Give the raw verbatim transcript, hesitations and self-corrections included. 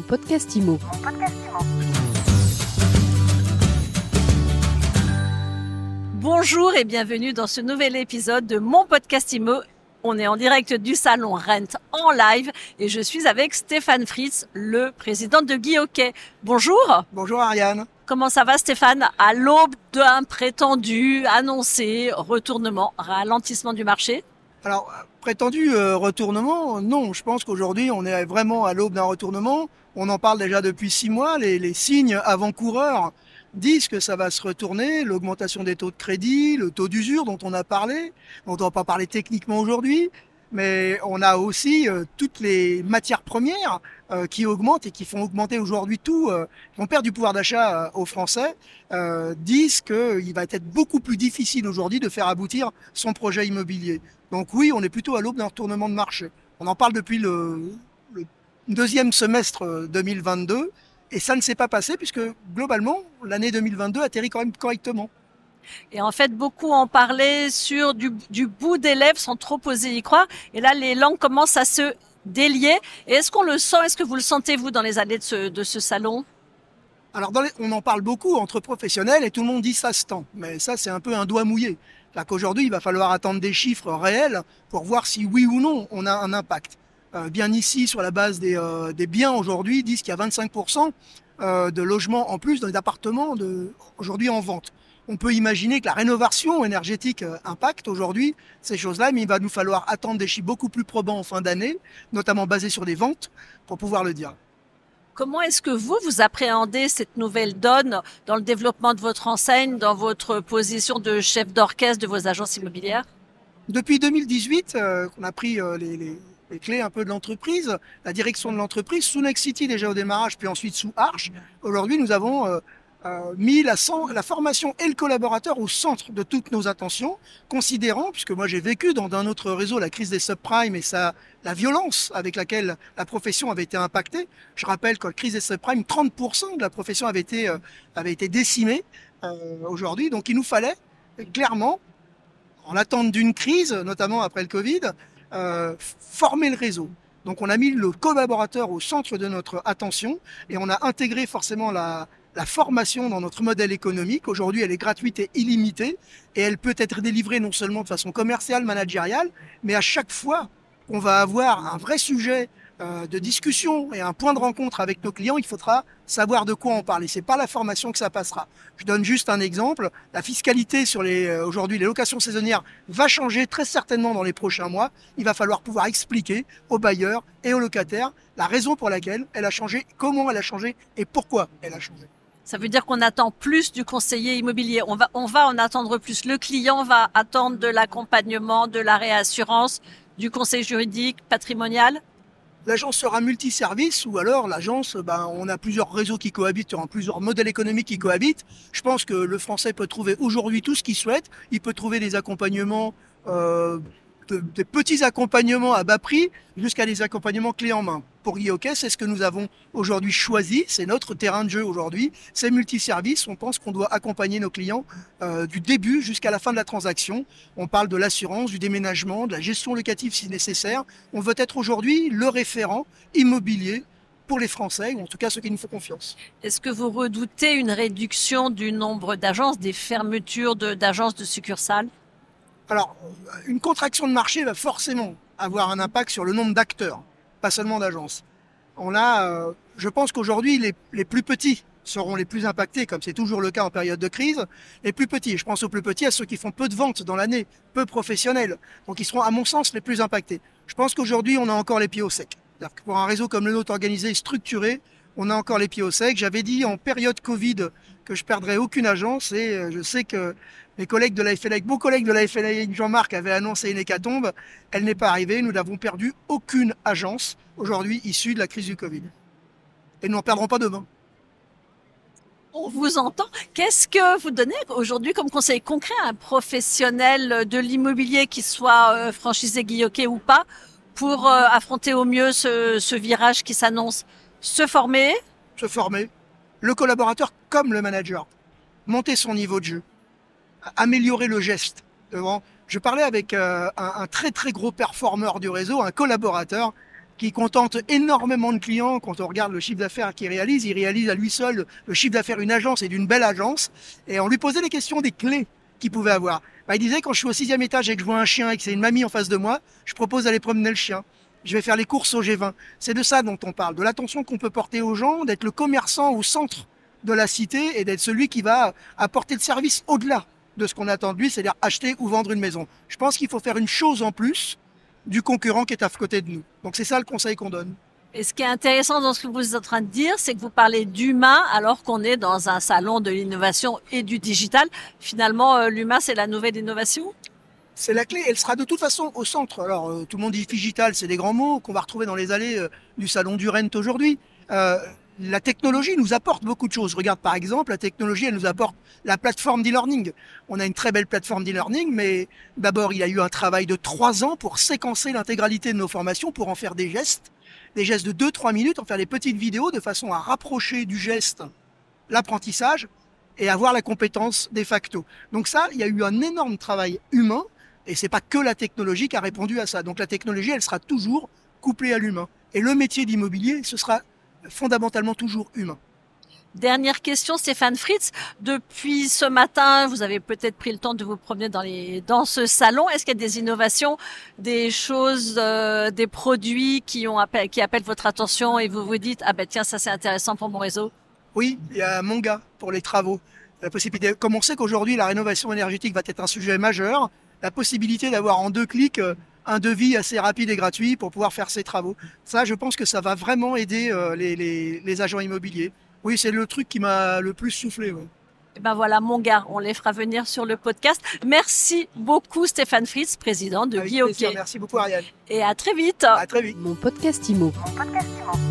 podcast Imo. Bonjour et bienvenue dans ce nouvel épisode de mon podcast Imo. On est en direct du salon Rent en live et je suis avec Stéphane Fritz, le président de Guy Hockey. Bonjour. Bonjour Ariane. Comment ça va Stéphane? À l'aube d'un prétendu, annoncé retournement, ralentissement du marché? Alors, prétendu euh, retournement, non. Je pense qu'aujourd'hui, on est vraiment à l'aube d'un retournement. On en parle déjà depuis six mois. Les, les signes avant-coureurs disent que ça va se retourner. L'augmentation des taux de crédit, le taux d'usure dont on a parlé, dont on ne va pas parler techniquement aujourd'hui. Mais on a aussi euh, toutes les matières premières euh, qui augmentent et qui font augmenter aujourd'hui tout, euh, qui font perdre du pouvoir d'achat euh, aux Français, euh, disent qu'il va être beaucoup plus difficile aujourd'hui de faire aboutir son projet immobilier. Donc oui, on est plutôt à l'aube d'un retournement de marché. On en parle depuis le, le deuxième semestre deux mille vingt-deux et ça ne s'est pas passé puisque globalement, l'année deux mille vingt-deux atterrit quand même correctement. Et en fait, beaucoup en parlaient sur du, du bout des lèvres sans trop oser y croire. Et là, les langues commencent à se délier. Et est-ce qu'on le sent? Est-ce que vous le sentez, vous, dans les allées de ce, de ce salon? Alors, dans les, on en parle beaucoup entre professionnels et tout le monde dit ça se tend. Mais ça, c'est un peu un doigt mouillé. Là qu'aujourd'hui, il va falloir attendre des chiffres réels pour voir si oui ou non on a un impact. Euh, bien ici, sur la base des, euh, des biens aujourd'hui, disent qu'il y a vingt-cinq pour cent euh, de logements en plus dans les appartements de, aujourd'hui en vente. On peut imaginer que la rénovation énergétique impacte aujourd'hui ces choses-là, mais il va nous falloir attendre des chiffres beaucoup plus probants en fin d'année, notamment basés sur des ventes, pour pouvoir le dire. Comment est-ce que vous, vous appréhendez cette nouvelle donne dans le développement de votre enseigne, dans votre position de chef d'orchestre de vos agences immobilières? Depuis deux mille dix-huit, euh, qu'on a pris euh, les, les, les clés un peu de l'entreprise, la direction de l'entreprise, sous Nexity déjà au démarrage, puis ensuite sous Arch, aujourd'hui nous avons... Euh, Euh, mis la, la formation et le collaborateur au centre de toutes nos attentions, considérant, puisque moi j'ai vécu dans un autre réseau la crise des subprimes et ça, la violence avec laquelle la profession avait été impactée. Je rappelle qu'en crise des subprimes, trente pour cent de la profession avait été, euh, avait été décimée euh, aujourd'hui. Donc il nous fallait clairement, en attente d'une crise, notamment après le Covid, euh, former le réseau. Donc on a mis le collaborateur au centre de notre attention et on a intégré forcément la La formation dans notre modèle économique. Aujourd'hui, elle est gratuite et illimitée et elle peut être délivrée non seulement de façon commerciale, managériale, mais à chaque fois qu'on va avoir un vrai sujet euh, de discussion et un point de rencontre avec nos clients, il faudra savoir de quoi on parle. Et c'est par la formation que ça passera. Je donne juste un exemple. La fiscalité sur les, euh, aujourd'hui, les locations saisonnières va changer très certainement dans les prochains mois. Il va falloir pouvoir expliquer aux bailleurs et aux locataires la raison pour laquelle elle a changé, comment elle a changé et pourquoi elle a changé. Ça veut dire qu'on attend plus du conseiller immobilier. On va, on va en attendre plus. Le client va attendre de l'accompagnement, de la réassurance, du conseil juridique, patrimonial. L'agence sera multiservice ou alors l'agence, ben, on a plusieurs réseaux qui cohabitent, plusieurs modèles économiques qui cohabitent. Je pense que le Français peut trouver aujourd'hui tout ce qu'il souhaite. Il peut trouver des accompagnements, euh, de, des petits accompagnements à bas prix jusqu'à des accompagnements clés en main. Pour Guy Hockey, c'est ce que nous avons aujourd'hui choisi. C'est notre terrain de jeu aujourd'hui. C'est multiservice. On pense qu'on doit accompagner nos clients euh, du début jusqu'à la fin de la transaction. On parle de l'assurance, du déménagement, de la gestion locative si nécessaire. On veut être aujourd'hui le référent immobilier pour les Français, ou en tout cas ceux qui nous font confiance. Est-ce que vous redoutez une réduction du nombre d'agences, des fermetures de, d'agences de succursales? Alors, une contraction de marché va forcément avoir un impact sur le nombre d'acteurs, pas seulement d'agences. On a, euh, je pense qu'aujourd'hui, les, les plus petits seront les plus impactés, comme c'est toujours le cas en période de crise. Les plus petits, je pense aux plus petits, à ceux qui font peu de ventes dans l'année, peu professionnels. Donc, ils seront, à mon sens, les plus impactés. Je pense qu'aujourd'hui, on a encore les pieds au sec. C'est-à-dire que pour un réseau comme le nôtre organisé et structuré, on a encore les pieds au sec. J'avais dit en période Covid que je perdrais aucune agence et je sais que mes collègues de la F L A, mon collègue de la F L A, Jean-Marc, avait annoncé une hécatombe. Elle n'est pas arrivée. Nous n'avons perdu aucune agence aujourd'hui issue de la crise du Covid. Et nous n'en perdrons pas demain. On vous entend. Qu'est-ce que vous donnez aujourd'hui comme conseil concret à un professionnel de l'immobilier, qui soit euh, franchisé Guy Hockey ou pas, pour euh, affronter au mieux ce, ce virage qui s'annonce? Se former? Se former. Le collaborateur comme le manager. Monter son niveau de jeu. Améliorer le geste. Je parlais avec euh, un, un très très gros performeur du réseau, un collaborateur qui contente énormément de clients. Quand on regarde le chiffre d'affaires qu'il réalise, il réalise à lui seul le chiffre d'affaires d'une agence et d'une belle agence. Et on lui posait les questions des clés qu'il pouvait avoir. Bah, il disait, quand je suis au sixième étage et que je vois un chien et que c'est une mamie en face de moi, je propose d'aller promener le chien. Je vais faire les courses au G vingt. C'est de ça dont on parle, de l'attention qu'on peut porter aux gens, d'être le commerçant au centre de la cité et d'être celui qui va apporter le service au-delà de ce qu'on attend de lui, c'est-à-dire acheter ou vendre une maison. Je pense qu'il faut faire une chose en plus du concurrent qui est à côté de nous. Donc c'est ça le conseil qu'on donne. Et ce qui est intéressant dans ce que vous êtes en train de dire, c'est que vous parlez d'humain alors qu'on est dans un salon de l'innovation et du digital. Finalement, l'humain, c'est la nouvelle innovation? C'est la clé, elle sera de toute façon au centre. Alors, euh, tout le monde dit digital, c'est des grands mots qu'on va retrouver dans les allées euh, du salon du Rent aujourd'hui. Euh, la technologie nous apporte beaucoup de choses. Regarde par exemple, la technologie, elle nous apporte la plateforme d'e-learning. On a une très belle plateforme d'e-learning, mais d'abord, il y a eu un travail de trois ans pour séquencer l'intégralité de nos formations, pour en faire des gestes, des gestes de deux trois minutes, en faire des petites vidéos de façon à rapprocher du geste l'apprentissage et avoir la compétence de facto. Donc ça, il y a eu un énorme travail humain. Et c'est pas que la technologie qui a répondu à ça. Donc la technologie, elle sera toujours couplée à l'humain. Et le métier d'immobilier, ce sera fondamentalement toujours humain. Dernière question, Stéphane Fritz. Depuis ce matin, vous avez peut-être pris le temps de vous promener dans, les, dans ce salon. Est-ce qu'il y a des innovations, des choses, euh, des produits qui, ont appel, qui appellent votre attention et vous vous dites, ah ben tiens, ça c'est intéressant pour mon réseau? Oui, il y a Monga pour les travaux. La possibilité, comme on sait qu'aujourd'hui la rénovation énergétique va être un sujet majeur, la possibilité d'avoir en deux clics un devis assez rapide et gratuit pour pouvoir faire ses travaux. Ça, je pense que ça va vraiment aider les, les, les agents immobiliers. Oui, c'est le truc qui m'a le plus soufflé. Ouais. Et ben voilà, mon gars, on les fera venir sur le podcast. Merci beaucoup Stéphane Fritz, président de Guy Hockey. Merci beaucoup Ariane. Et à très vite. À très vite. Mon podcast Immo. Mon podcast Immo.